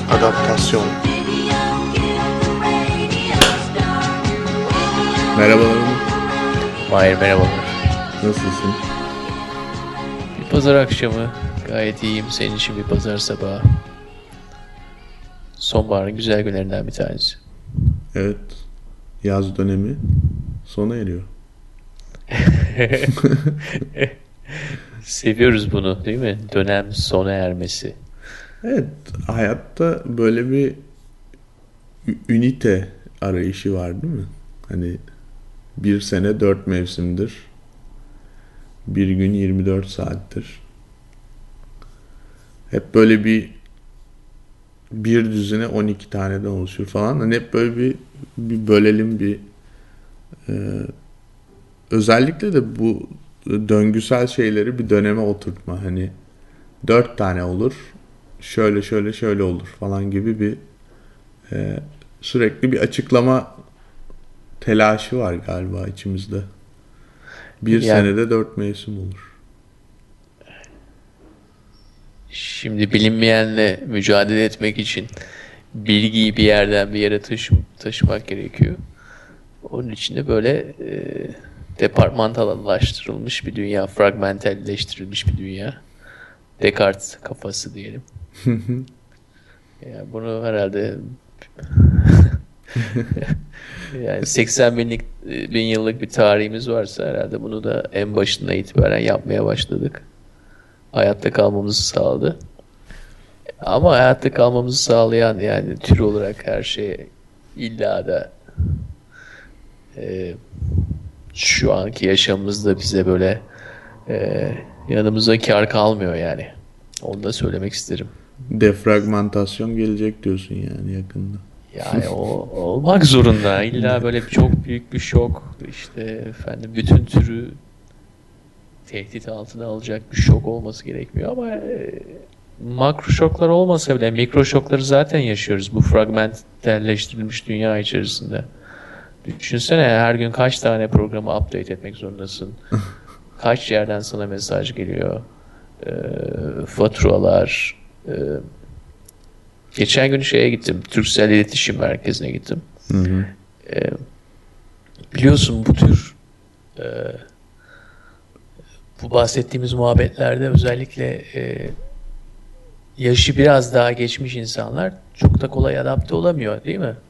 Adaptasyon. Merhabalar. Mahir merhabalar. Nasılsın? Bir pazar akşamı gayet iyiyim. Senin için bir pazar sabahı. Sonbaharın güzel günlerinden bir tanesi. Evet. Yaz dönemi sona eriyor. Seviyoruz bunu değil mi? Dönem sona ermesi. Evet. Hayatta böyle bir ünite arayışı var değil mi? Hani bir sene 4 mevsimdir. Bir gün 24 saattir. Hep böyle bir düzine 12 taneden oluşur falan. Hani hep böyle bir bölelim özellikle de bu döngüsel şeyleri bir döneme oturtma. Hani 4 tane olur. Şöyle şöyle şöyle olur falan gibi sürekli bir açıklama telaşı var galiba içimizde. Bir Yani senede 4 mevsim olur. şimdi bilinmeyenle mücadele etmek için bilgiyi bir yerden bir yere taşımak gerekiyor. Onun için de böyle departmantallaştırılmış bir dünya, fragmentalleştirilmiş bir dünya. Descartes kafası diyelim. Yani bunu herhalde yani 80 bin yıllık bir tarihimiz varsa herhalde bunu da en başından itibaren yapmaya başladık. Hayatta kalmamızı sağladı. Ama hayatta kalmamızı sağlayan yani tür olarak her şey illa da e, şu anki yaşamımızda bize böyle yanımıza kar kalmıyor yani. Onu da söylemek isterim. Defragmentasyon gelecek diyorsun yani yakında. Yani o olmak zorunda. İlla böyle çok büyük bir şok, işte efendim bütün türü tehdit altına alacak bir şok olması gerekmiyor ama makro şoklar olmasa bile mikro şokları zaten yaşıyoruz bu fragmentelleştirilmiş dünya içerisinde. Düşünsene her gün kaç tane programı update etmek zorundasın. Kaç yerden sana mesaj geliyor. Faturalar. Geçen gün şeye gittim. Turkcell İletişim Merkezi'ne gittim. Hı hı. Biliyorsun bu tür bu bahsettiğimiz muhabbetlerde özellikle yaşı biraz daha geçmiş insanlar çok da kolay adapte olamıyor değil mi?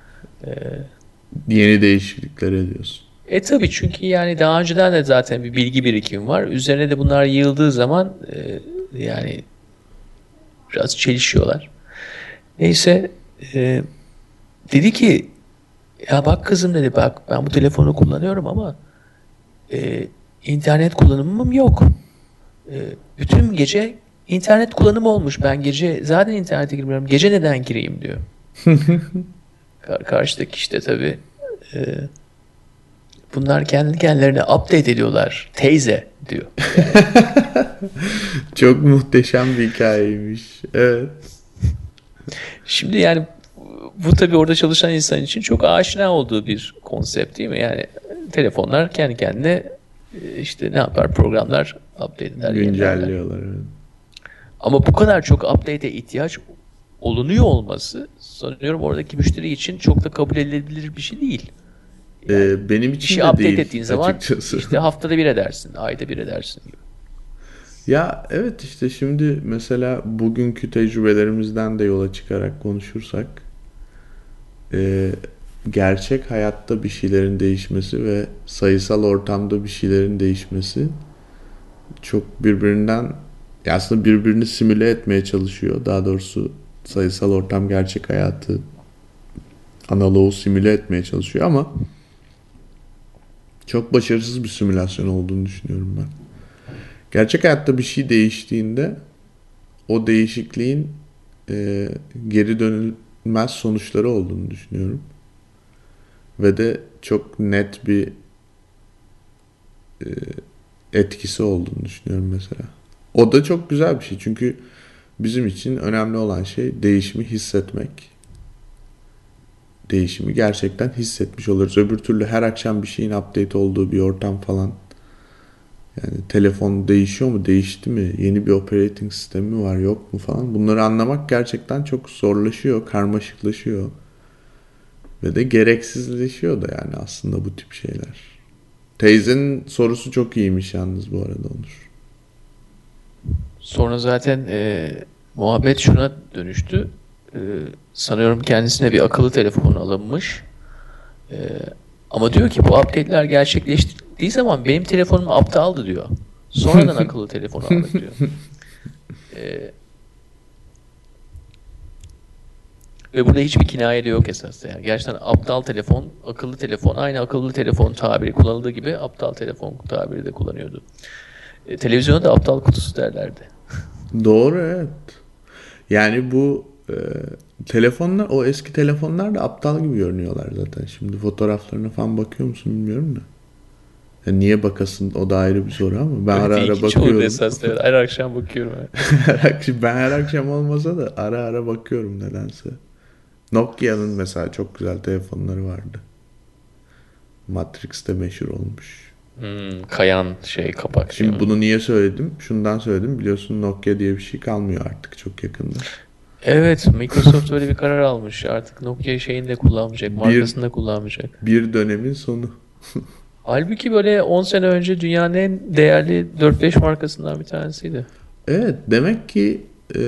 Yeni değişiklikler ediyorsun. Tabii çünkü yani daha önceden de zaten bir bilgi birikimi var. Üzerine de bunlar yığıldığı zaman yani biraz çelişiyorlar. Neyse dedi ki ya bak kızım dedi bak ben bu telefonu kullanıyorum ama internet kullanımım yok. Bütün gece internet kullanımı olmuş. Ben gece zaten internete girmiyorum. Gece neden gireyim diyor. Karşıdaki işte tabii bunlar kendi kendilerine update ediyorlar. Teyze diyor. Çok muhteşem bir hikayeymiş. Evet. Şimdi yani bu tabii orada çalışan insan için çok aşina olduğu bir konsept değil mi? Yani telefonlar kendi kendine işte ne yapar? Programlar update eder. Güncelliyorlar. Evet. Ama bu kadar çok update'e ihtiyaç olunuyor olması sanıyorum oradaki müşteri için çok da kabul edilebilir bir şey değil. Yani Benim bir için şey de update değil ettiğin zaman açıkçası. işte haftada bir edersin, ayda bir edersin gibi. Ya evet işte şimdi mesela bugünkü tecrübelerimizden de yola çıkarak konuşursak gerçek hayatta bir şeylerin değişmesi ve sayısal ortamda bir şeylerin değişmesi çok birbirinden aslında birbirini simüle etmeye çalışıyor. Daha doğrusu sayısal ortam gerçek hayatı analoğu simüle etmeye çalışıyor ama çok başarısız bir simülasyon olduğunu düşünüyorum ben. Gerçek hayatta bir şey değiştiğinde o değişikliğin geri dönülmez sonuçları olduğunu düşünüyorum. Ve de çok net bir etkisi olduğunu düşünüyorum mesela. O da çok güzel bir şey. Çünkü bizim için önemli olan şey değişimi hissetmek. Değişimi gerçekten hissetmiş oluruz. Öbür türlü her akşam bir şeyin update olduğu bir ortam falan. Yani telefon değişiyor mu, değişti mi, yeni bir operating sistemi mi var, yok mu falan. Bunları anlamak gerçekten çok zorlaşıyor, karmaşıklaşıyor. Ve de gereksizleşiyor da yani aslında bu tip şeyler. Teyzenin sorusu çok iyiymiş yalnız bu arada Onur. Sonra zaten muhabbet şuna dönüştü. E, Sanıyorum kendisine bir akıllı telefon alınmış. E, Ama diyor ki bu update'ler gerçekleştiği zaman benim telefonum aptaldı diyor. Sonradan akıllı telefonu aldık diyor. E, Ve burada hiçbir kinaye de yok esasında. Yani gerçekten aptal telefon, akıllı telefon, aynı akıllı telefon tabiri kullanıldığı gibi aptal telefon tabiri de kullanıyordu. Televizyona da aptal kutusu derlerdi. Doğru, evet. Yani bu telefonlar, o eski telefonlar da aptal gibi görünüyorlar zaten. Şimdi fotoğraflarına falan bakıyor musun bilmiyorum da. Yani niye bakasın, o da ayrı bir soru ama ben ara Evet, iyi ara ki hiç olur bakıyorum. esasında. Evet, her akşam bakıyorum. Ben her akşam olmasa da ara ara bakıyorum nedense. Nokia'nın mesela çok güzel telefonları vardı. Matrix'te meşhur olmuş. Kayan şey kapak değil Şimdi mi? bunu niye söyledim? Şundan söyledim. Biliyorsun Nokia diye bir şey kalmıyor artık çok yakında. Evet, Microsoft öyle bir karar almış. Artık Nokia şeyini de kullanmayacak, Bir markasını da kullanmayacak. bir dönemin sonu. Halbuki böyle 10 sene önce dünyanın en değerli 4-5 markasından bir tanesiydi. Evet, demek ki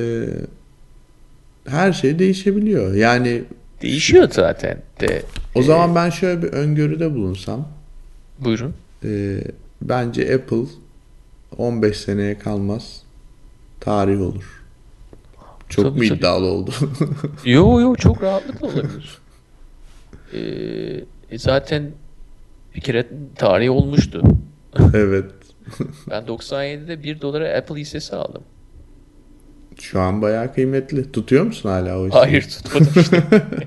her şey değişebiliyor. Yani Değişiyor zaten de. o zaman ben şöyle bir öngörüde bulunsam, Buyurun. e, bence Apple 15 seneye kalmaz, tarih olur. Çok Tabii mu tabii. iddialı oldu? Yo çok rahatlıkla olabilir. Zaten bir kere tarihi olmuştu. Evet. Ben 97'de 1 dolara Apple hissesi aldım. Şu an bayağı kıymetli. Tutuyor musun hala o hisseyi? Hayır tutmadım işte.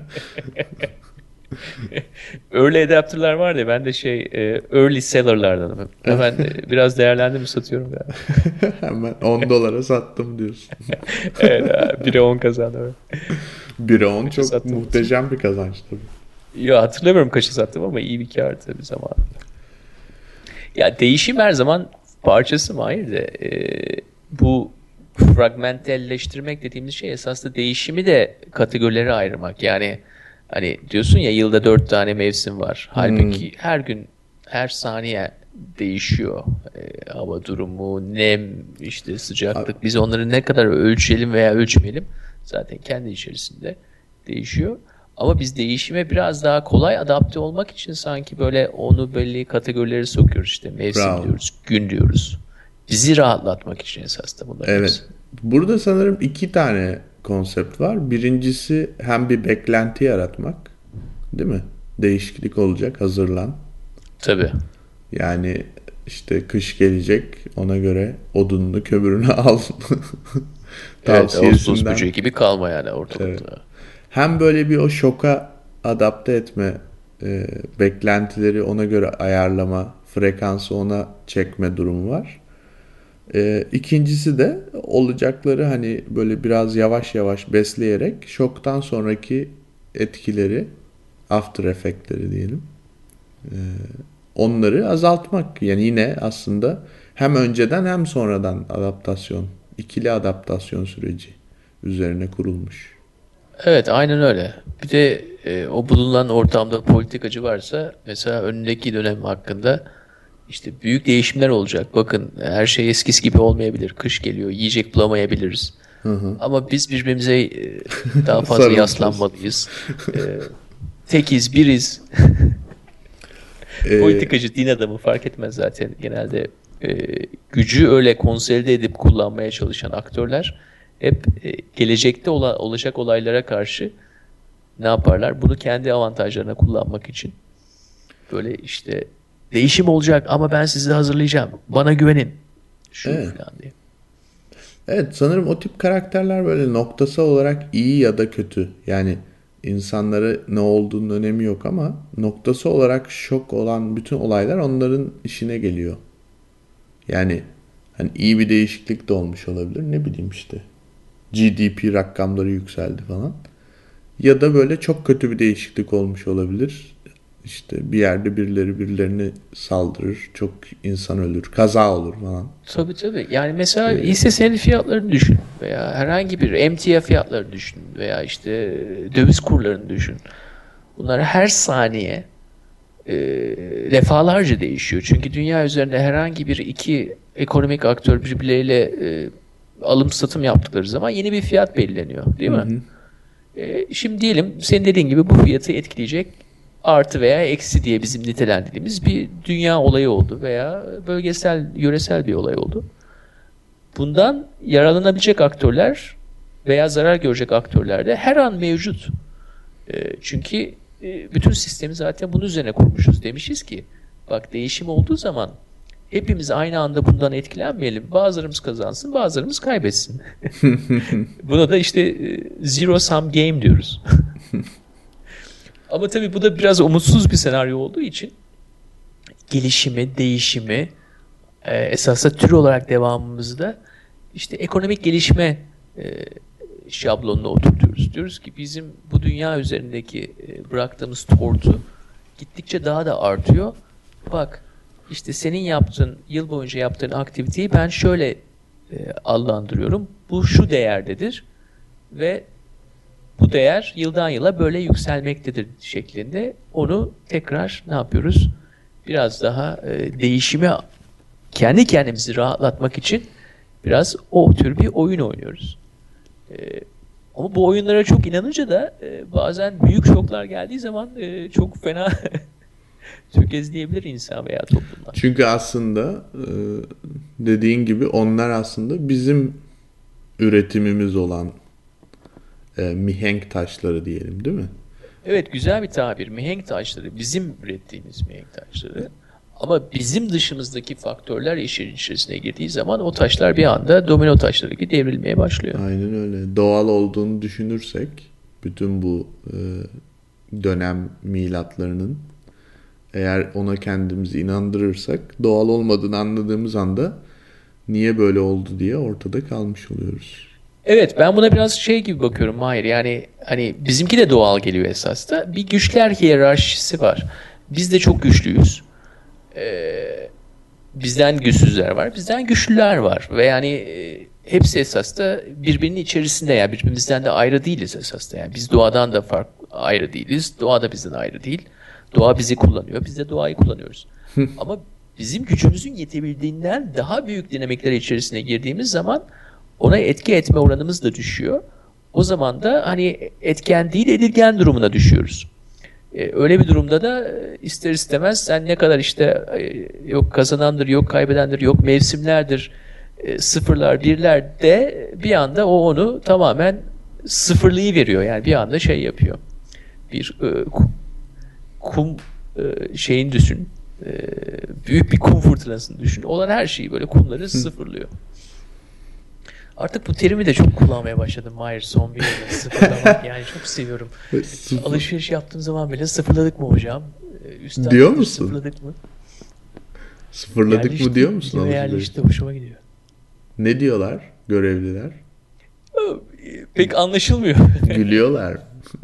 Early adapter'lar var ya ben de early seller'lardanım. Hemen biraz değerlendi mi satıyorum galiba. Hemen 10 dolara sattım diyorsun. Evet abi, 1'e 10 kazandım. 1'e 10 Kaça çok sattığımı hatırlamıyorum. muhteşem bir kazanç tabii. Ya hatırlamıyorum kaça sattım ama iyi bir kârdı bir zaman. Ya değişim her zaman parçası mı? Hayır da bu fragmentelleştirmek dediğimiz şey esasında değişimi de kategorilere ayırmak. Yani hani diyorsun ya yılda 4 tane mevsim var. Halbuki her gün her saniye değişiyor. Hava durumu, nem, işte sıcaklık. Biz onları ne kadar ölçelim veya ölçmeyelim zaten kendi içerisinde değişiyor. Ama biz değişime biraz daha kolay adapte olmak için sanki böyle onu belli kategorilere sokuyoruz. İşte mevsim Bravo. diyoruz, gün diyoruz. Bizi rahatlatmak için esas da bunların hepsi. Evet. Burada sanırım iki tane konsept var. Birincisi hem bir beklenti yaratmak, değil mi? Değişiklik olacak, hazırlan. Tabii. Yani işte kış gelecek, ona göre odununu, kömürünü al Evet, Ağustos tavsiyesinden. böceği gibi kalma yani Evet. ortalıkta. Hem böyle bir o şoka adapte etme, beklentileri ona göre ayarlama, frekansı ona çekme durumu var. İkincisi de olacakları hani böyle biraz yavaş yavaş besleyerek şoktan sonraki etkileri, after effect'leri diyelim, onları azaltmak. Yani yine aslında hem önceden hem sonradan adaptasyon, ikili adaptasyon süreci üzerine kurulmuş. Evet, aynen öyle. Bir de o bulunan ortamda politikacı varsa mesela önündeki dönem hakkında işte büyük değişimler olacak. Bakın her şey eskisi gibi olmayabilir. Kış geliyor, yiyecek bulamayabiliriz. Ama biz birbirimize daha fazla Sarılacağız. yaslanmalıyız. E, Tekiz, biriz. Ee, Politikacı, din adamı fark etmez zaten. Genelde gücü öyle konsolide edip kullanmaya çalışan aktörler hep gelecekte olacak olaylara karşı ne yaparlar? Bunu kendi avantajlarına kullanmak için böyle işte değişim olacak ama ben sizi hazırlayacağım. Bana güvenin. Şu evet. falan diye. Evet, sanırım o tip karakterler böyle noktasal olarak iyi ya da kötü. Yani insanları ne olduğunun önemi yok ama noktası olarak şok olan bütün olaylar onların işine geliyor. Yani hani iyi bir değişiklik de olmuş olabilir. Ne bileyim işte. GDP rakamları yükseldi falan. Ya da böyle çok kötü bir değişiklik olmuş olabilir. işte bir yerde birileri birilerini saldırır, çok insan ölür, kaza olur falan. Tabii tabii. Yani mesela hisse senedi fiyatlarını düşün veya herhangi bir emtia fiyatlarını düşün veya işte döviz kurlarını düşün. Bunlar her saniye defalarca değişiyor. Çünkü dünya üzerinde herhangi bir iki ekonomik aktör birbirleriyle alım satım yaptıkları zaman yeni bir fiyat belirleniyor, değil mi? Şimdi diyelim senin dediğin gibi bu fiyatı etkileyecek artı veya eksi diye bizim nitelendirdiğimiz bir dünya olayı oldu veya bölgesel, yöresel bir olay oldu. Bundan yararlanabilecek aktörler veya zarar görecek aktörler de her an mevcut. Çünkü bütün sistemi zaten bunun üzerine kurmuşuz. Demişiz ki bak değişim olduğu zaman hepimiz aynı anda bundan etkilenmeyelim. Bazılarımız kazansın, bazılarımız kaybetsin. Buna da işte zero sum game diyoruz. Ama tabii bu da biraz umutsuz bir senaryo olduğu için gelişimi, değişimi esasında tür olarak devamımızda işte ekonomik gelişme şablonuna oturtuyoruz. Diyoruz ki bizim bu dünya üzerindeki bıraktığımız tortu gittikçe daha da artıyor. Bak işte senin yaptığın, yıl boyunca yaptığın aktiviteyi ben şöyle adlandırıyorum. Bu şu değerdedir ve bu değer yıldan yıla böyle yükselmektedir şeklinde onu tekrar ne yapıyoruz? Biraz daha değişime kendi kendimizi rahatlatmak için biraz o tür bir oyun oynuyoruz. Ama bu oyunlara çok inanınca da bazen büyük şoklar geldiği zaman çok fena tökezleyebilir insan veya toplumlar. Çünkü aslında dediğin gibi onlar aslında bizim üretimimiz olan mihenk taşları diyelim, değil mi? Evet, güzel bir tabir. Mihenk taşları, bizim ürettiğimiz mihenk taşları. Ama bizim dışımızdaki faktörler işin içerisine girdiği zaman o taşlar bir anda domino taşları gibi devrilmeye başlıyor. Aynen öyle. Doğal olduğunu düşünürsek bütün bu dönem milatlarının, eğer ona kendimizi inandırırsak doğal olmadığını anladığımız anda niye böyle oldu diye ortada kalmış oluyoruz. Evet, ben buna biraz şey gibi bakıyorum Mahir. Yani hani bizimki de doğal geliyor esas da. Bir güçler hiyerarşisi var. Biz de çok güçlüyüz. Bizden güçsüzler var, bizden güçlüler var. Ve yani hepsi esas da birbirinin içerisinde, yani birbirimizden de ayrı değiliz esas da. Yani biz doğadan da ayrı değiliz. Doğa da bizden ayrı değil. Doğa bizi kullanıyor, biz de doğayı kullanıyoruz. Ama bizim gücümüzün yetebildiğinden daha büyük dinamikler içerisine girdiğimiz zaman ona etki etme oranımız da düşüyor. O zaman da hani etken değil edilgen durumuna düşüyoruz. Öyle bir durumda da ister istemez sen ne kadar işte yok kazanandır, yok kaybedendir, yok mevsimlerdir, sıfırlar, birler de bir anda o onu tamamen sıfırlayıveriyor. Yani bir anda şey yapıyor. Bir kum şeyin düşün. Büyük bir kum fırtınasını düşün. Olan her şeyi böyle kumları sıfırlıyor. Artık bu terimi de çok kullanmaya başladım Mahir son bir yılda. Sıfırlamak yani çok seviyorum. Alışveriş yaptığım zaman bile sıfırladık mı hocam? Üstad diyor musun? Sıfırladık mı? Sıfırladık Yerleşti, mı diyor musun alışveriş? yerleşti, hoşuma gidiyor. Ne diyorlar görevliler? Pek anlaşılmıyor. Gülüyorlar.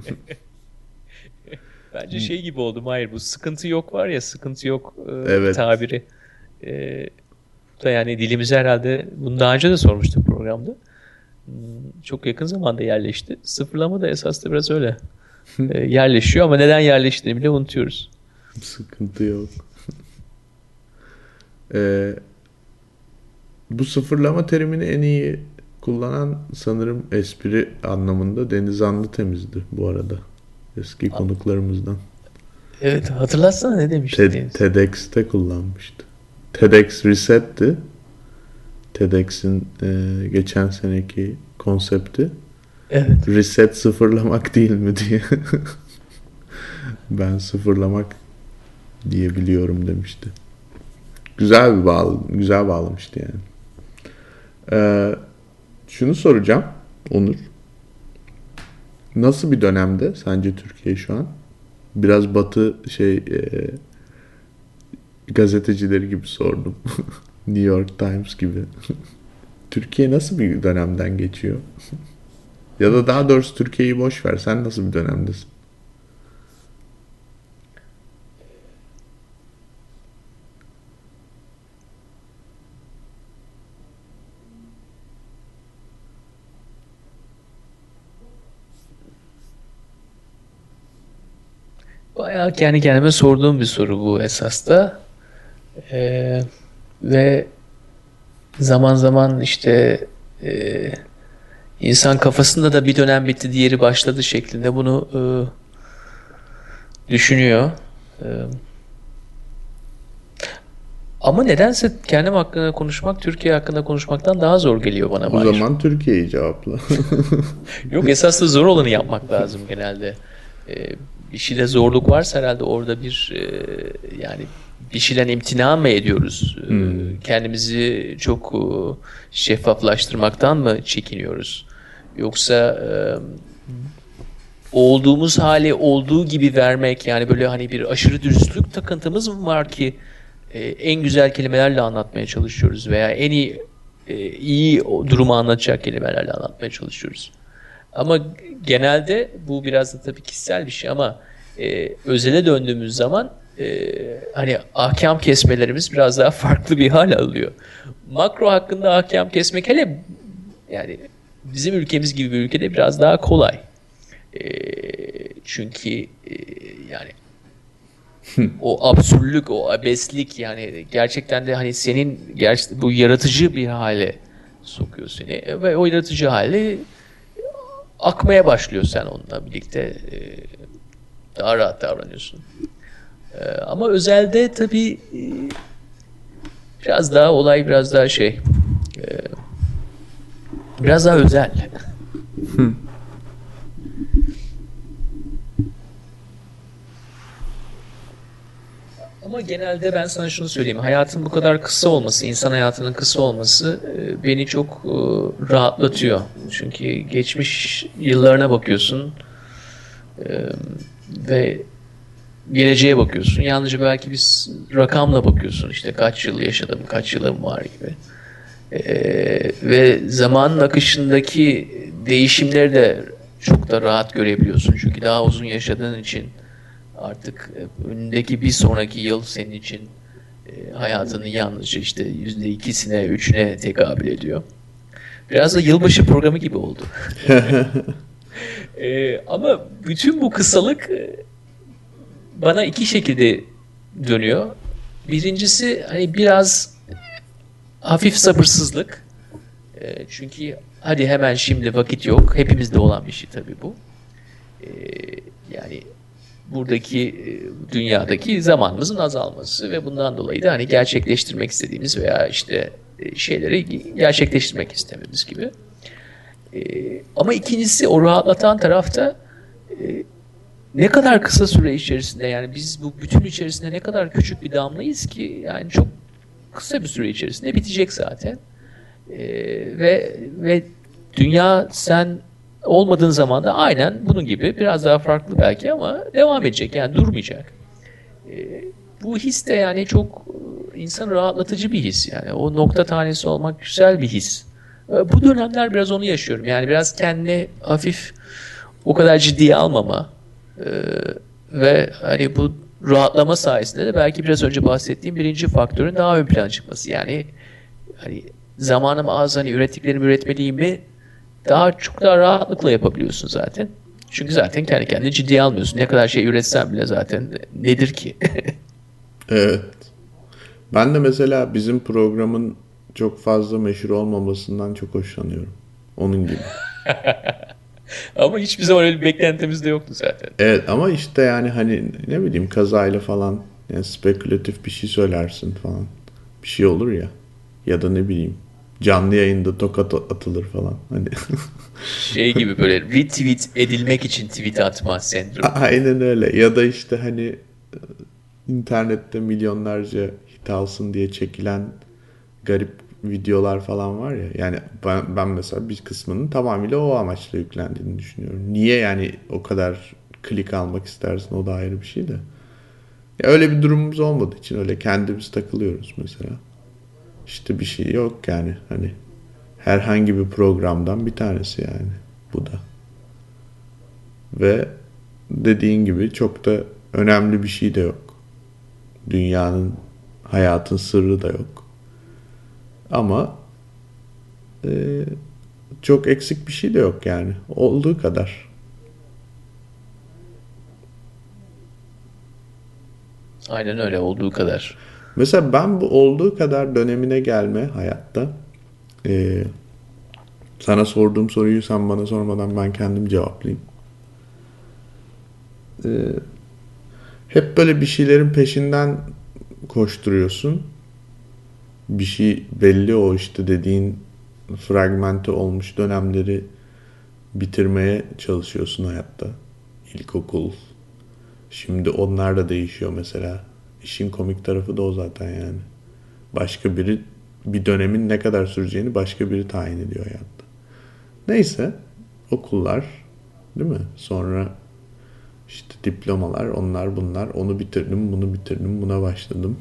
Bence şey gibi oldu Mahir, bu sıkıntı yok var ya, sıkıntı yok Evet. tabiri. Da yani dilimize herhalde bunu daha önce de sormuştuk programda. Çok yakın zamanda yerleşti. Sıfırlama da esas da biraz öyle. Yerleşiyor ama neden yerleştiğini bile unutuyoruz. Sıkıntı yok. Bu sıfırlama terimini en iyi kullanan sanırım espri anlamında Deniz Anlıtemiz'di bu arada. Eski konuklarımızdan. Evet, hatırlatsana ne demişti? TEDx'te kullanmıştı. TEDx Reset'ti. TEDx'in geçen seneki konsepti. Evet. Reset sıfırlamak değil mi diye. Ben sıfırlamak diyebiliyorum demişti. Güzel bağlamıştı yani. Şunu soracağım Onur. Nasıl bir dönemde sence Türkiye şu an? Biraz batı gazetecileri gibi sordum. New York Times gibi. Türkiye nasıl bir dönemden geçiyor? Ya da daha doğrusu Türkiye'yi boş ver. Sen nasıl bir dönemdesin? Bayağı kendi kendime sorduğum bir soru bu esas da. Ee, Ve zaman zaman işte e, insan kafasında da bir dönem bitti, diğeri başladı şeklinde bunu düşünüyor. E, Ama nedense kendim hakkında konuşmak, Türkiye hakkında konuşmaktan daha zor geliyor bana O Mahir. zaman Türkiye'yi cevapla. Yok, esas da zor olanı yapmak lazım genelde. Bir şeyde zorluk varsa herhalde orada yani bir şeyden imtina mı ediyoruz? Kendimizi çok şeffaflaştırmaktan mı çekiniyoruz? Yoksa olduğumuz hali olduğu gibi vermek, yani böyle hani bir aşırı dürüstlük takıntımız mı var ki en güzel kelimelerle anlatmaya çalışıyoruz veya en iyi o durumu anlatacak kelimelerle anlatmaya çalışıyoruz. Ama genelde bu biraz da tabii kişisel bir şey ama özele döndüğümüz zaman hani ahkam kesmelerimiz biraz daha farklı bir hal alıyor. Makro hakkında ahkam kesmek, hele yani bizim ülkemiz gibi bir ülkede biraz daha kolay. Çünkü yani o absürlük, o abeslik, yani gerçekten de hani senin bu yaratıcı bir hale sokuyor seni ve o yaratıcı hale akmaya başlıyor, sen onunla birlikte daha rahat davranıyorsun. Ama özelde tabii biraz daha olay biraz daha biraz daha özel. Ama genelde ben sana şunu söyleyeyim. Hayatın bu kadar kısa olması, insan hayatının kısa olması beni çok rahatlatıyor. Çünkü geçmiş yıllarına bakıyorsun ve geleceğe bakıyorsun. Yalnızca belki bir rakamla bakıyorsun. İşte kaç yıl yaşadım, kaç yılım var gibi. Ve zamanın akışındaki değişimleri de çok da rahat görebiliyorsun. Çünkü daha uzun yaşadığın için artık önündeki bir sonraki yıl senin için hayatının yalnızca işte %2'sine, 3'üne tekabül ediyor. Biraz da yılbaşı programı gibi oldu. Ama bütün bu kısalık bana iki şekilde dönüyor. Birincisi hani biraz hafif sabırsızlık. Çünkü hadi hemen şimdi vakit yok. Hepimizde olan bir şey tabii bu. Yani buradaki dünyadaki zamanımızın azalması ve bundan dolayı da hani gerçekleştirmek istediğimiz veya işte şeyleri gerçekleştirmek istememiz gibi. Ama ikincisi, o rahatlatan tarafta ne kadar kısa süre içerisinde, yani biz bu bütün içerisinde ne kadar küçük bir damlayız ki, yani çok kısa bir süre içerisinde bitecek zaten. Ve dünya sen olmadığın zaman da aynen bunun gibi biraz daha farklı belki ama devam edecek, yani durmayacak. Bu his de yani çok insanı rahatlatıcı bir his, yani o nokta tanesi olmak güzel bir his. Bu dönemler biraz onu yaşıyorum, yani biraz kendini hafif o kadar ciddiye almama ve hani bu rahatlama sayesinde de belki biraz önce bahsettiğim birinci faktörün daha ön plana çıkması, yani hani zamanım az, hani ürettiklerimi üretmeliyim daha çok daha rahatlıkla yapabiliyorsun zaten. Çünkü zaten kendi kendine ciddiye almıyorsun. Ne kadar şey üretsen bile zaten nedir ki? Evet. Ben de mesela bizim programın çok fazla meşhur olmamasından çok hoşlanıyorum. Onun gibi. Ama hiçbir zaman öyle bir beklentimiz de yoktu zaten. Evet ama işte yani hani ne bileyim kazayla falan yani spekülatif bir şey söylersin falan. Bir şey olur ya. Ya da ne bileyim canlı yayında tokat atılır falan. Hani Şey gibi, böyle retweet edilmek için tweet atma sendromu. aynen öyle. Ya da işte hani internette milyonlarca hit alsın diye çekilen garip videolar falan var ya. Yani ben mesela bir kısmının tamamıyla o amaçla yüklendiğini düşünüyorum. Niye yani o kadar klik almak istersin, o da ayrı bir şey de. Ya öyle bir durumumuz olmadığı için öyle kendimiz takılıyoruz mesela. İşte bir şey yok yani hani herhangi bir programdan bir tanesi yani bu da. Ve dediğin gibi çok da önemli bir şey de yok. Dünyanın, hayatın sırrı da yok. Ama e, çok eksik bir şey de yok yani. Olduğu kadar. Aynen öyle olduğu kadar. Mesela ben bu olduğu kadar dönemine gelme hayatta, e, sana sorduğum soruyu sen bana sormadan ben kendim cevaplayayım. Hep böyle bir şeylerin peşinden koşturuyorsun. Bir şey belli, o işte dediğin fragmente olmuş dönemleri bitirmeye çalışıyorsun hayatta. İlkokul. Şimdi onlar da değişiyor mesela. İşin komik tarafı da o zaten yani. Başka biri bir dönemin ne kadar süreceğini başka biri tayin ediyor hayatta. Neyse, okullar, değil mi? Sonra işte diplomalar, onlar bunlar. Onu bitirdim, bunu bitirdim, buna başladım.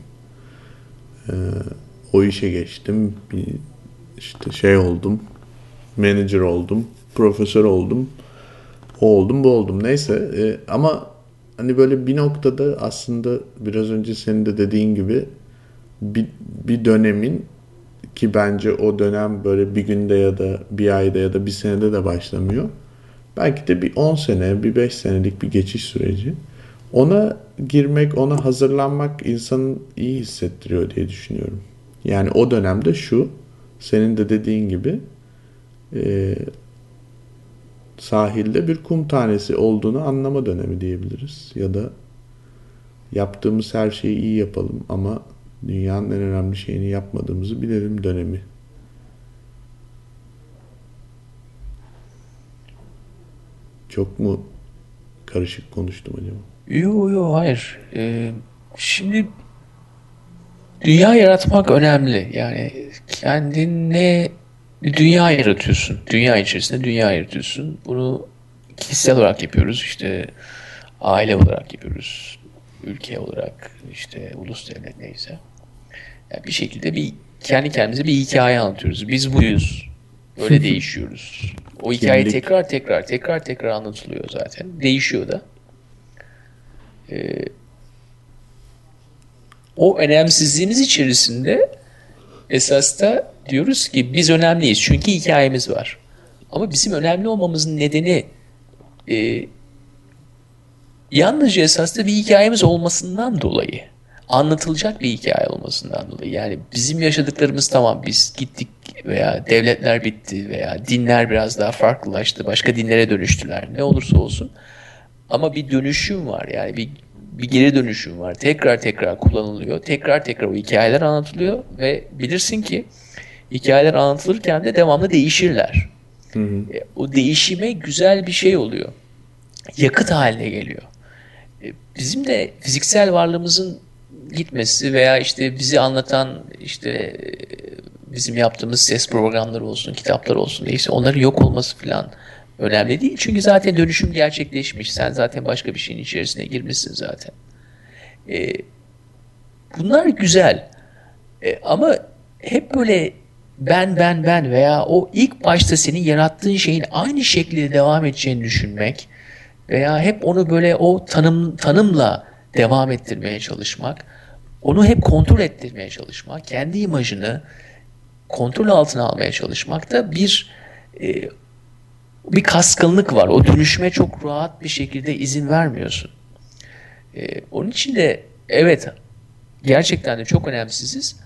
O işe geçtim. Bir işte şey oldum. Manager oldum. Profesör oldum. O oldum, bu oldum. Neyse. Ama hani böyle bir noktada aslında biraz önce senin de dediğin gibi bir, bir dönemin, ki bence o dönem böyle bir günde ya da bir ayda ya da bir senede de başlamıyor. Belki de bir 10 sene, bir 5 senelik bir geçiş süreci. Ona girmek, ona hazırlanmak insanın iyi hissettiriyor diye düşünüyorum. Yani o dönemde şu, senin de dediğin gibi e, sahilde bir kum tanesi olduğunu anlama dönemi diyebiliriz. Ya da yaptığımız her şeyi iyi yapalım ama dünyanın en önemli şeyini yapmadığımızı bilelim dönemi. Çok mu karışık konuştum acaba? Yo yo hayır. Şimdi dünya yaratmak önemli. Yani kendine bir dünya yaratıyorsun. Dünya içerisinde dünya yaratıyorsun. Bunu kişisel olarak yapıyoruz. İşte aile olarak yapıyoruz. Ülke olarak işte ulus devlet neyse. Yani bir şekilde bir kendi kendimize bir hikaye anlatıyoruz. Biz buyuz. Böyle değişiyoruz. O hikaye Kimlik. tekrar anlatılıyor zaten. Değişiyor da. O önemsizliğimiz içerisinde esas da diyoruz ki biz önemliyiz çünkü hikayemiz var. Ama bizim önemli olmamızın nedeni e, yalnızca esas da bir hikayemiz olmasından dolayı. Anlatılacak bir hikaye olmasından dolayı. Yani bizim yaşadıklarımız tamam, biz gittik veya devletler bitti veya dinler biraz daha farklılaştı. Başka dinlere dönüştüler. Ne olursa olsun. Ama bir dönüşüm var, yani bir geri dönüşüm var. Tekrar kullanılıyor. Tekrar o hikayeler anlatılıyor ve bilirsin ki hikayeler anlatılırken de devamlı değişirler. O değişime güzel bir şey oluyor. Yakıt haline geliyor. Bizim de fiziksel varlığımızın gitmesi veya işte bizi anlatan işte bizim yaptığımız ses programları olsun, kitaplar olsun neyse onların yok olması falan önemli değil. Çünkü zaten dönüşüm gerçekleşmiş. Sen zaten başka bir şeyin içerisine girmişsin zaten. E, Bunlar güzel. Ama hep böyle ben veya o ilk başta senin yarattığın şeyin aynı şekilde devam edeceğini düşünmek veya hep onu böyle o tanımla devam ettirmeye çalışmak, onu hep kontrol ettirmeye çalışmak, kendi imajını kontrol altına almaya çalışmakta e, bir kaskınlık var. O dönüşüme çok rahat bir şekilde izin vermiyorsun. Onun için de evet, gerçekten de çok önemsiziz.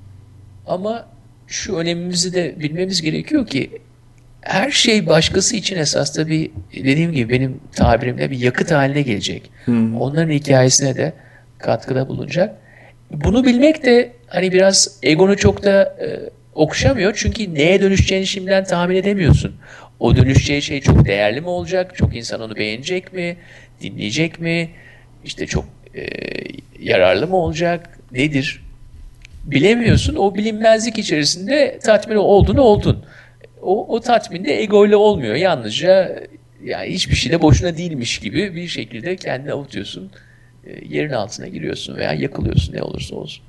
Ama şu önemimizi de bilmemiz gerekiyor ki her şey başkası için esas da bir, dediğim gibi benim tabirimle bir yakıt haline gelecek. Onların hikayesine de katkıda bulunacak. Bunu bilmek de hani biraz egonu çok da okşamıyor. Çünkü neye dönüşeceğini şimdiden tahmin edemiyorsun. O dönüşeceği şey çok değerli mi olacak? Çok insan onu beğenecek mi? Dinleyecek mi? İşte çok yararlı mı olacak? Nedir? Bilemiyorsun. O bilinmezlik içerisinde tatmin oldun. O tatmin de ego ile olmuyor. Yalnızca yani hiçbir şey de boşuna değilmiş gibi bir şekilde kendini avutuyorsun. Yerin altına giriyorsun veya yakılıyorsun, ne olursa olsun.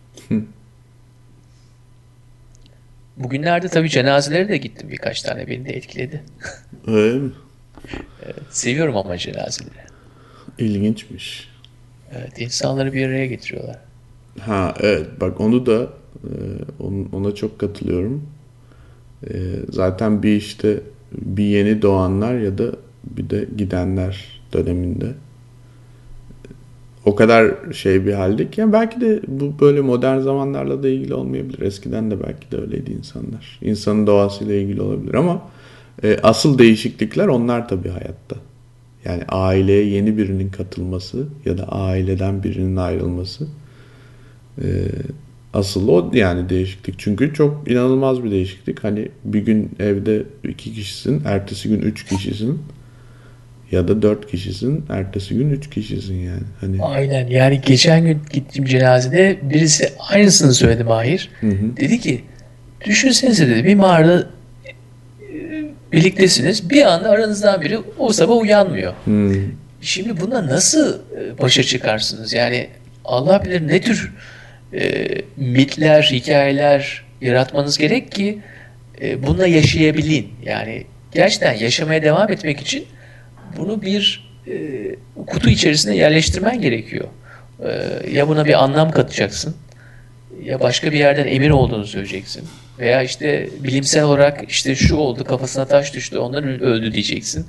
Bugünlerde tabii cenazelere de gittim birkaç tane. Beni de etkiledi. Öyle mi? Seviyorum ama cenazeleri. İlginçmiş. Evet, insanları bir araya getiriyorlar. Ha evet, bak onu da ona çok katılıyorum. Zaten bir işte bir yeni doğanlar ya da bir de gidenler döneminde o kadar şey bir halde ki. Yani belki de bu böyle modern zamanlarla da ilgili olmayabilir. Eskiden de belki de öyleydi insanlar. İnsanın doğasıyla ilgili olabilir ama asıl değişiklikler onlar tabii hayatta. Yani aileye yeni birinin katılması ya da aileden birinin ayrılması e, asıl o yani değişiklik. Çünkü çok inanılmaz bir değişiklik. Hani bir gün evde 2 kişisin, ertesi gün 3 kişisin ya da 4 kişisin, ertesi gün 3 kişisin yani. Hani Aynen, yani geçen gün gittiğim cenazede birisi aynısını söyledi Mahir. hı hı. Dedi ki düşünsenize dedi, bir mağarada birliktesiniz, bir anda aranızdan biri o sabah uyanmıyor. Hmm. Şimdi buna nasıl başa çıkarsınız? Yani Allah bilir ne tür mitler, hikayeler yaratmanız gerek ki bununla yaşayabilin. Yani gerçekten yaşamaya devam etmek için bunu bir kutu içerisine yerleştirmen gerekiyor. Ya buna bir anlam katacaksın, ya başka bir yerden emir olduğunu söyleyeceksin. Veya işte bilimsel olarak işte şu oldu, kafasına taş düştü, ondan öldü diyeceksin.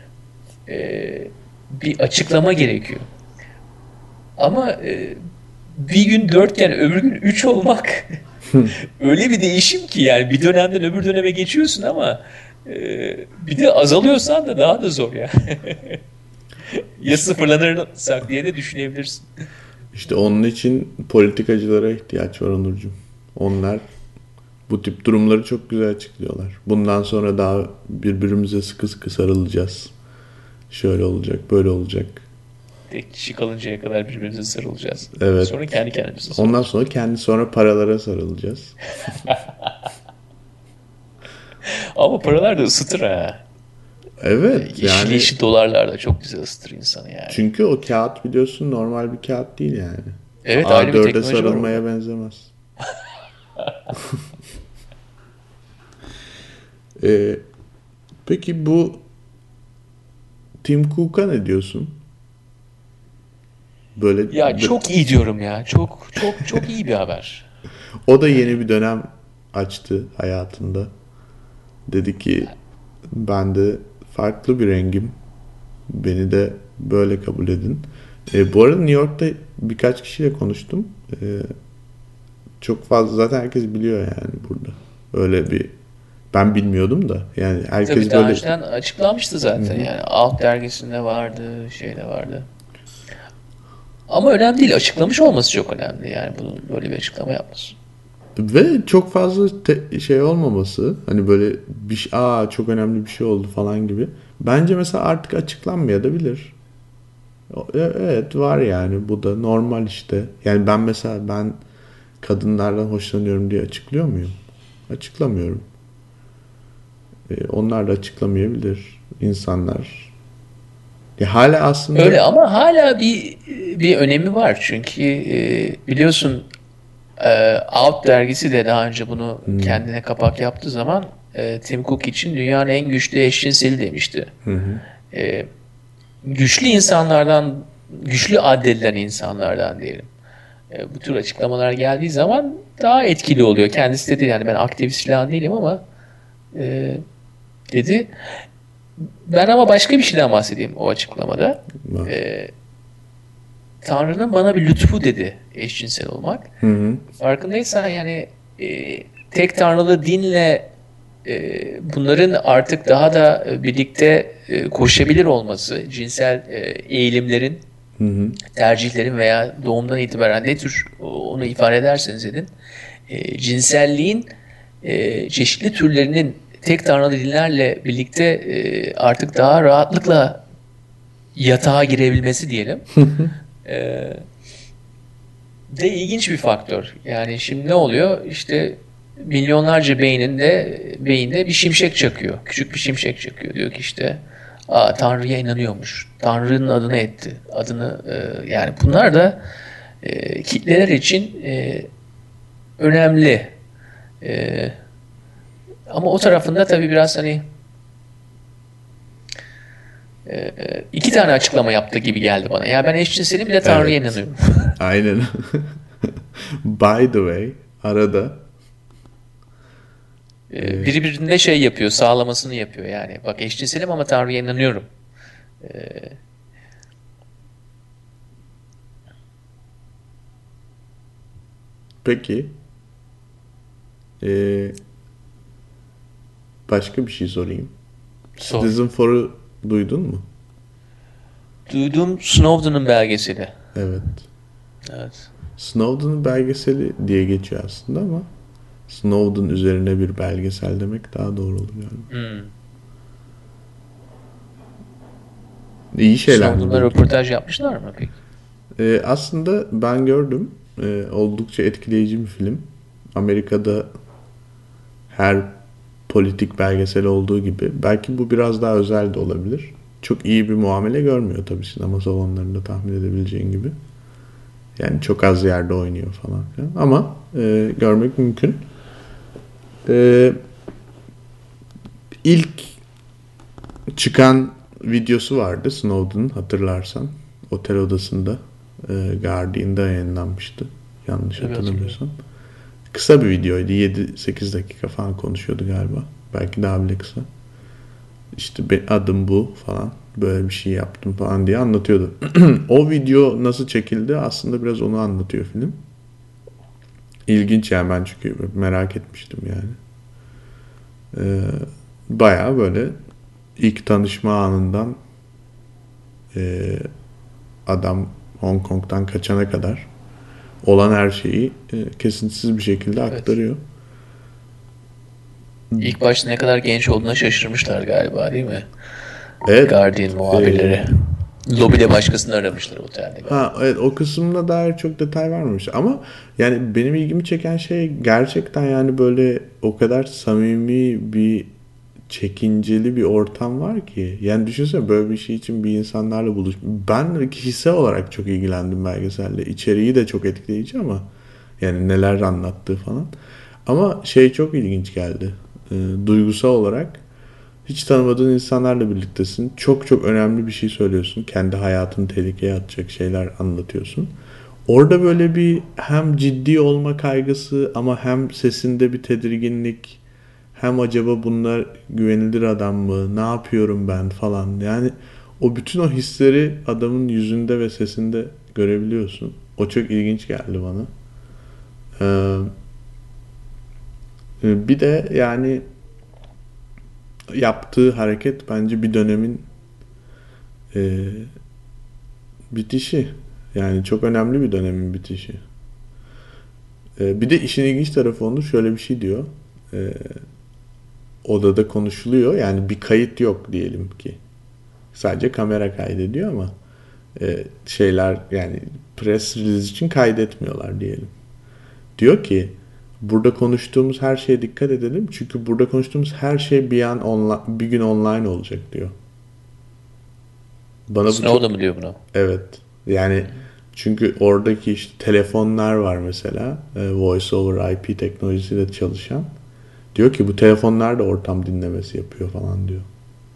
Bir açıklama gerekiyor. Ama bir gün 4'ken öbür gün 3 olmak öyle bir değişim ki, yani bir dönemden öbür döneme geçiyorsun ama bir de azalıyorsan da daha da zor ya. Ya sıfırlanırsak diye de düşünebilirsin. İşte onun için politikacılara ihtiyaç var Onurcuğum. Onlar bu tip durumları çok güzel açıklıyorlar. Bundan sonra daha birbirimize sıkı sıkı sarılacağız. Şöyle olacak, böyle olacak. Tek kişi kalıncaya kadar birbirimize sarılacağız. Evet. Sonra kendi kendimize Ondan sarılacağız. sonra paralara sarılacağız. Ama paralar da ısıtır ha. Evet Yeşil yani yeşil dolarlar da çok güzel ısıtır insanı yani. çünkü o kağıt biliyorsun normal bir kağıt değil yani. Evet, ayrı bir A4'e teknoloji var sarılmaya orada. benzemez. Ee, peki bu Tim Cook'a ne diyorsun? Böyle Ya çok iyi diyorum ya. Çok çok çok iyi bir haber. o da yeni Yani bir dönem açtı hayatında. Dedi ki ben de farklı bir rengim. Beni de böyle kabul edin. Bu arada New York'ta birkaç kişiyle konuştum. Çok fazla zaten herkes biliyor yani burada. Öyle bir ben bilmiyordum da yani tabii herkes daha böyle önceden açıklanmıştı hı zaten, hı. yani Alt dergisinde vardı, şeyde vardı. Ama önemli değil, açıklamış olması çok önemli, yani bunun böyle bir açıklama yapması. Ve çok fazla şey olmaması hani böyle çok önemli bir şey oldu falan gibi. Bence mesela artık açıklanmayabilir. Evet var yani bu da normal işte. Yani ben kadınlardan hoşlanıyorum diye açıklıyor muyum? Açıklamıyorum. Onlar da açıklamayabilir insanlar. Hala aslında Öyle ama hala bir önemi var çünkü biliyorsun, Out dergisi de daha önce bunu hmm, kendine kapak yaptığı zaman Tim Cook için dünyanın en güçlü eşcinseli demişti. hı hı, E, Güçlü insanlardan, güçlü addedilen insanlardan diyelim. Bu tür açıklamalar geldiği zaman daha etkili oluyor. Kendisi dedi, yani ben aktivist falan değilim ama e, dedi. Ben ama başka bir şeyden bahsedeyim o açıklamada. var. E, Tanrı'nın bana bir lütfu dedi eşcinsel olmak. Hı hı, Farkındaysan yani tek tanrılı dinle bunların artık daha da birlikte koşabilir olması, cinsel eğilimlerin, hı hı, tercihlerin veya doğumdan itibaren ne tür onu ifade ederseniz edin, cinselliğin çeşitli türlerinin tek tanrılı dinlerle birlikte artık daha rahatlıkla yatağa girebilmesi diyelim. E, De ilginç bir faktör. Yani şimdi ne oluyor? İşte milyonlarca beyinde bir şimşek çakıyor. Küçük bir şimşek çakıyor. Diyor ki işte Tanrı'ya inanıyormuş. Tanrı'nın adını etti. Adını yani bunlar da kitleler için önemli. E, Ama o tarafında tabii biraz hani iki tane açıklama yaptı gibi geldi bana. Ya ben eşcinselim, bir de Tanrı'ya evet. inanıyorum. Aynen. By the way arada e, Biri birinde şey yapıyor, sağlamasını yapıyor yani. Bak, eşcinselim ama Tanrı'ya inanıyorum. Peki e, başka bir şey sorayım. Sor. Citizen 4'u duydun mu? Duydum, Snowden'ın belgeseli. Evet. Evet. Snowden'ın belgeseli diye geçiyor aslında ama Snowden üzerine bir belgesel demek daha doğru olur yani. Hmm. İyi şeyler mi Snowden'la duydun? röportaj yapmışlar mı peki? Aslında ben gördüm. Oldukça etkileyici bir film. Amerika'da her politik belgesel olduğu gibi belki bu biraz daha özel de olabilir. Çok iyi bir muamele görmüyor tabii sinema salonlarında tahmin edebileceğin gibi. Yani çok az yerde oynuyor falan filan. Ama görmek mümkün. E, ilk çıkan videosu vardı Snowden'ın hatırlarsan. Otel odasında Guardian'da yayınlanmıştı. Yanlış Tabii hatırlıyorum. hatırlamıyorsam. Kısa bir videoydu. 7-8 dakika falan konuşuyordu galiba. Belki daha bile kısa. İşte adım bu falan. Böyle bir şey yaptım falan diye anlatıyordu. O video nasıl çekildi aslında biraz onu anlatıyor film. İlginç yani ben çünkü merak etmiştim yani. Ee, Bayağı böyle ilk tanışma anından e, adam Hong Kong'dan kaçana kadar olan her şeyi kesintisiz bir şekilde Evet. aktarıyor. İlk başta ne kadar genç olduğuna şaşırmışlar galiba, değil mi? Evet. Guardian e, muhabirleri. Lobide başkasını aramışlar otelde Ha galiba. evet o kısmına dair çok detay vermemiş ama yani benim ilgimi çeken şey gerçekten yani böyle o kadar samimi bir çekinceli bir ortam var ki. Yani düşünsene böyle bir şey için bir insanlarla buluş. Ben kişisel olarak çok ilgilendim belgeselle. İçeriği de çok etkileyici ama yani neler anlattığı falan. Ama şey çok ilginç geldi. Duygusal olarak hiç tanımadığın insanlarla birliktesin. Çok çok önemli bir şey söylüyorsun. Kendi hayatını tehlikeye atacak şeyler anlatıyorsun. Orada böyle bir hem ciddi olma kaygısı ama hem sesinde bir tedirginlik, hem acaba bunlar güvenilir adam mı? Ne yapıyorum ben falan. Yani o bütün o hisleri adamın yüzünde ve sesinde görebiliyorsun. O çok ilginç geldi bana. Ee, Bir de yani yaptığı hareket bence bir dönemin e, bitişi. Yani çok önemli bir dönemin bitişi. Bir de işin ilginç tarafı onu şöyle bir şey diyor. E, Odada konuşuluyor. Yani bir kayıt yok diyelim ki. Sadece kamera kaydediyor ama şeyler yani press release için kaydetmiyorlar diyelim. Diyor ki burada konuştuğumuz her şeye dikkat edelim. Çünkü burada konuştuğumuz her şey bir gün online olacak diyor. Bana bu çok Snowden mı diyor bunu? evet. Yani Hı hı. çünkü oradaki işte telefonlar var mesela. Voice over IP teknolojisiyle çalışan. Diyor ki bu telefonlar da ortam dinlemesi yapıyor falan diyor.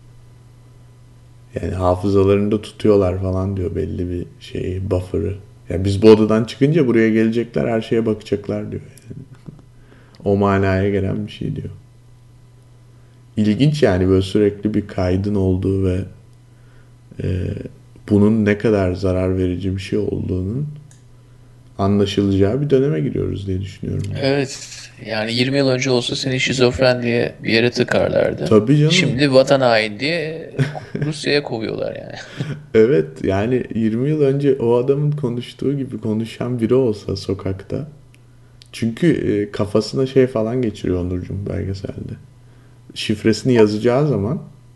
Yani hafızalarında tutuyorlar falan diyor belli bir şeyi, buffer'ı. Yani biz bu odadan çıkınca buraya gelecekler, her şeye bakacaklar diyor. O manaya gelen bir şey diyor. İlginç yani böyle sürekli bir kaydın olduğu ve e, bunun ne kadar zarar verici bir şey olduğunun anlaşılacağı bir döneme giriyoruz diye düşünüyorum ben. Evet. Yani 20 yıl önce olsa seni şizofren diye bir yere tıkarlardı. Tabii canım. Şimdi vatan hain diye Rusya'ya kovuyorlar yani. Evet yani 20 yıl önce o adamın konuştuğu gibi konuşan biri olsa sokakta. Çünkü kafasına şey falan geçiriyor Onurcuğum belgeselde. Şifresini yazacağı zaman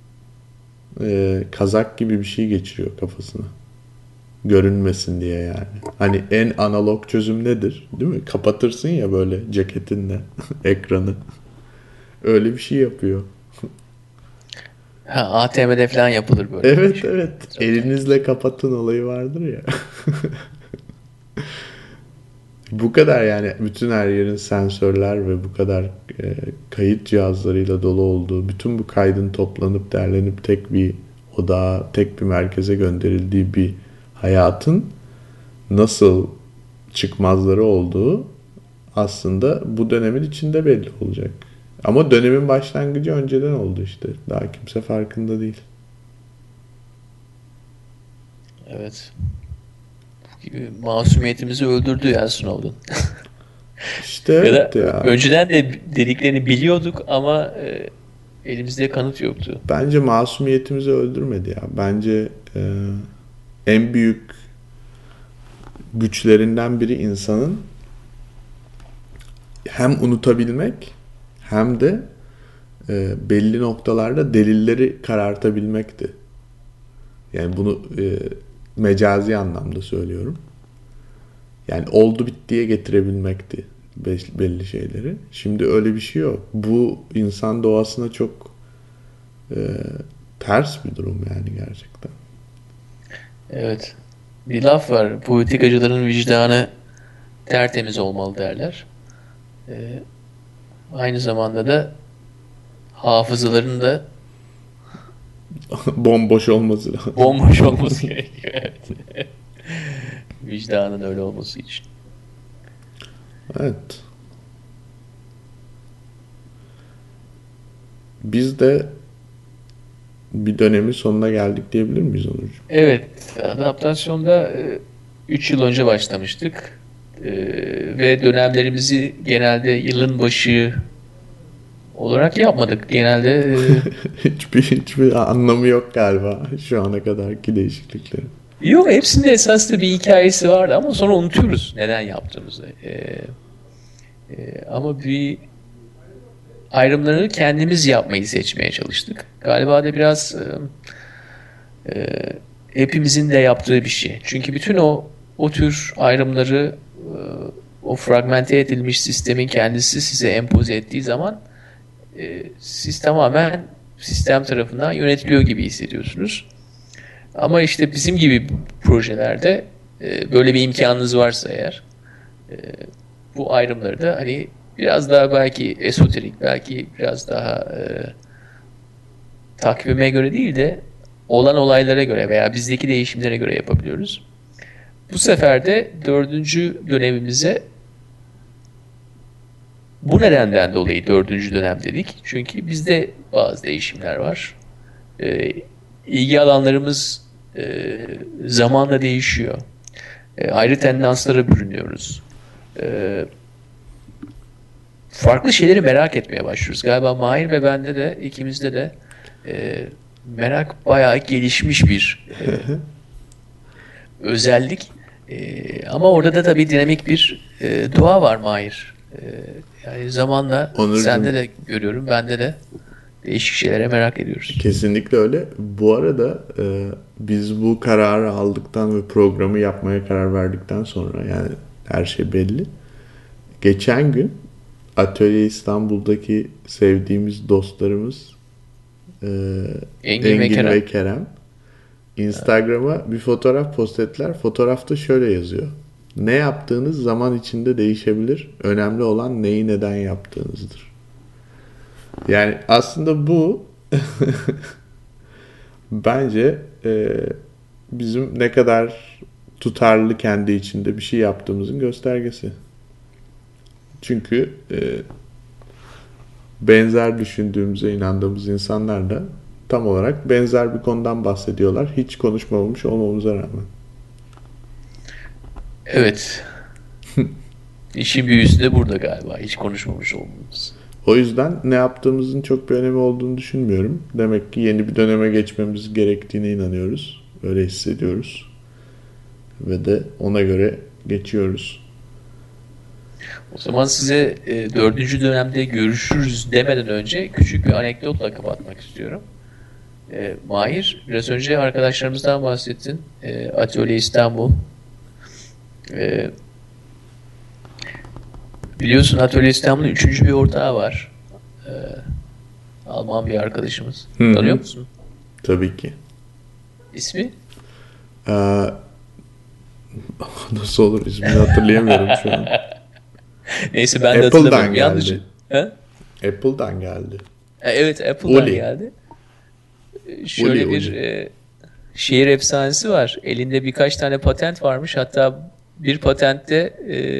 kazak gibi bir şey geçiriyor kafasına. Görünmesin diye yani. Hani en analog çözüm nedir? Değil mi? Kapatırsın ya böyle ceketinle ekranı. Öyle bir şey yapıyor. Ha, ATM'de falan yapılır böyle Evet şey. evet. Etraftan Elinizle geçilir. kapatın olayı vardır ya. Bu kadar yani bütün her yerin sensörler ve bu kadar kayıt cihazlarıyla dolu olduğu, bütün bu kaydın toplanıp derlenip tek bir odağa, tek bir merkeze gönderildiği bir hayatın nasıl çıkmazları olduğu aslında bu dönemin içinde belli olacak. Ama dönemin başlangıcı önceden oldu işte. Daha kimse farkında değil. Evet. Masumiyetimizi öldürdü ya Snowden. İşte Ya da evet ya. önceden de dediklerini biliyorduk ama elimizde kanıt yoktu. Bence masumiyetimizi öldürmedi ya. Bence en büyük güçlerinden biri insanın hem unutabilmek hem de belli noktalarda delilleri karartabilmekti. Yani bunu mecazi anlamda söylüyorum. Yani oldu bittiye getirebilmekti belli şeyleri. Şimdi öyle bir şey yok. Bu insan doğasına çok e, ters bir durum yani gerçekten. Evet. Bir laf var. Politikacıların vicdanı tertemiz olmalı derler. E, Aynı zamanda da hafızaların da Bomboş olması lazım. bomboş olması gerekiyor. Evet. Vicdanın öyle olması için. Evet. Biz de bir dönemin sonuna geldik diyebilir miyiz Onurcuğum? Evet, adaptasyonda 3 yıl önce başlamıştık. Ve dönemlerimizi genelde yılın başı olarak yapmadık. Genelde Hiçbir anlamı yok galiba şu ana kadarki değişikliklerin. yok, hepsinde esasında bir hikayesi vardı ama sonra unutuyoruz neden yaptığımızı. Ama bir ayrımlarını kendimiz yapmayı seçmeye çalıştık. Galiba da biraz hepimizin de yaptığı bir şey. Çünkü bütün o tür ayrımları o fragmente edilmiş sistemin kendisi size empoze ettiği zaman siz tamamen sistem tarafından yönetiliyor gibi hissediyorsunuz. Ama işte bizim gibi projelerde böyle bir imkanınız varsa eğer bu ayrımları da hani biraz daha belki esoterik, belki biraz daha takvime göre değil de olan olaylara göre veya bizdeki değişimlere göre yapabiliyoruz. Bu sefer de 4. dönemimize bu nedenden dolayı 4. dönem dedik. Çünkü bizde bazı değişimler var. İlgi alanlarımız zamanla değişiyor. Ayrı tendanslara bürünüyoruz. Farklı şeyleri merak etmeye başlıyoruz. Galiba Mahir ve bende de ikimizde de merak bayağı gelişmiş bir özellik. Ama orada da tabii dinamik bir doğa var Mahir. Yani zamanla sende Onurcuğum, de görüyorum, bende de değişik şeylere merak ediyoruz. kesinlikle öyle. Bu arada biz bu kararı aldıktan ve programı yapmaya karar verdikten sonra yani her şey belli. Geçen gün Atölye İstanbul'daki sevdiğimiz dostlarımız e, Engin ve Engin Kerem. ve Kerem Instagram'a bir fotoğraf post ettiler. Fotoğrafta şöyle yazıyor. Ne yaptığınız zaman içinde değişebilir. Önemli olan neyi neden yaptığınızdır. Yani aslında bu bence bizim ne kadar tutarlı kendi içinde bir şey yaptığımızın göstergesi. Çünkü benzer düşündüğümüze inandığımız insanlar da tam olarak benzer bir konudan bahsediyorlar. Hiç konuşmamış olmamıza rağmen. Evet. İşin büyüsü de burada galiba. Hiç konuşmamış olmamız. O yüzden ne yaptığımızın çok bir önemi olduğunu düşünmüyorum. Demek ki yeni bir döneme geçmemiz gerektiğine inanıyoruz. Öyle hissediyoruz. Ve de ona göre geçiyoruz. O zaman size 4. dönemde görüşürüz demeden önce küçük bir anekdotla kapatmak istiyorum. Mahir, biraz önce arkadaşlarımızdan bahsettin. Atölye İstanbul. E, Biliyorsun Atölye İstanbul'un 3. bir ortağı var. E, Alman bir arkadaşımız. Hı Tanıyor hı. musun? Tabii ki. İsmi? Ee, nasıl olur ismini hatırlayamıyorum şu an. Neyse ben de Apple'dan hatırlamıyorum. Yanlış. geldi. Ha? Apple'dan geldi. Evet, Apple'dan Uli. geldi. Uli Şöyle bir Uli. şehir efsanesi var. Elinde birkaç tane patent varmış. Hatta bir patentte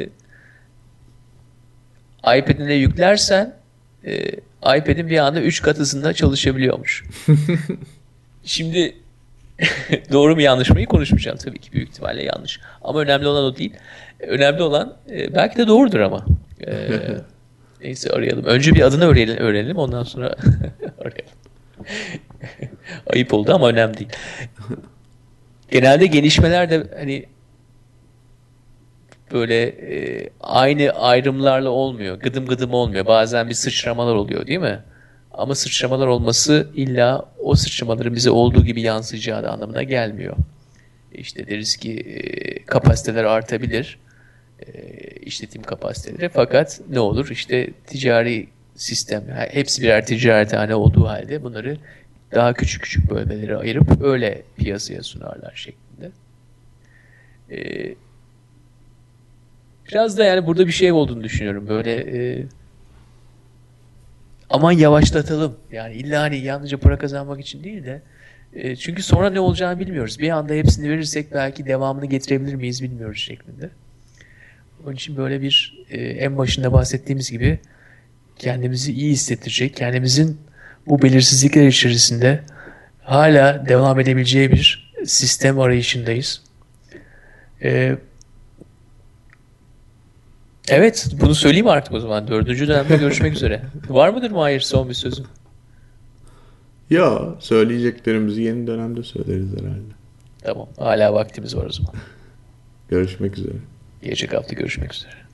iPad'ine yüklersen iPad'in bir anda 3 kat hızında çalışabiliyormuş. Şimdi doğru mu yanlış mı konuşmayacağım, tabii ki büyük ihtimalle yanlış. Ama önemli olan o değil. Önemli olan belki de doğrudur ama. Neyse arayalım. Önce bir adını öğrenelim ondan sonra arayalım. Ayıp oldu ama önemli değil. Genelde gelişmeler de hani böyle aynı ayrımlarla olmuyor. Gıdım gıdım olmuyor. Bazen bir sıçramalar oluyor değil mi? Ama sıçramalar olması illa o sıçramaların bize olduğu gibi yansıyacağı da anlamına gelmiyor. İşte deriz ki kapasiteler artabilir. İşletim kapasiteleri. Fakat ne olur? İşte ticari sistem, hepsi birer ticarethane olduğu halde bunları daha küçük küçük bölmelere ayırıp öyle piyasaya sunarlar şeklinde. Biraz da yani burada bir şey olduğunu düşünüyorum. Böyle aman yavaşlatalım. Yani illa hani yalnızca para kazanmak için değil de çünkü sonra ne olacağını bilmiyoruz. Bir anda hepsini verirsek belki devamını getirebilir miyiz bilmiyoruz şeklinde. Onun için böyle bir en başında bahsettiğimiz gibi kendimizi iyi hissettirecek, kendimizin bu belirsizlikler içerisinde hala devam edebileceği bir sistem arayışındayız. Evet, bunu söyleyeyim artık o zaman. 4. dönemde görüşmek üzere. Var mıdır Mahir son bir sözün? Ya söyleyeceklerimizi yeni dönemde söyleriz herhalde. Tamam, hala vaktimiz var o zaman. Görüşmek üzere. Gelecek hafta görüşmek üzere.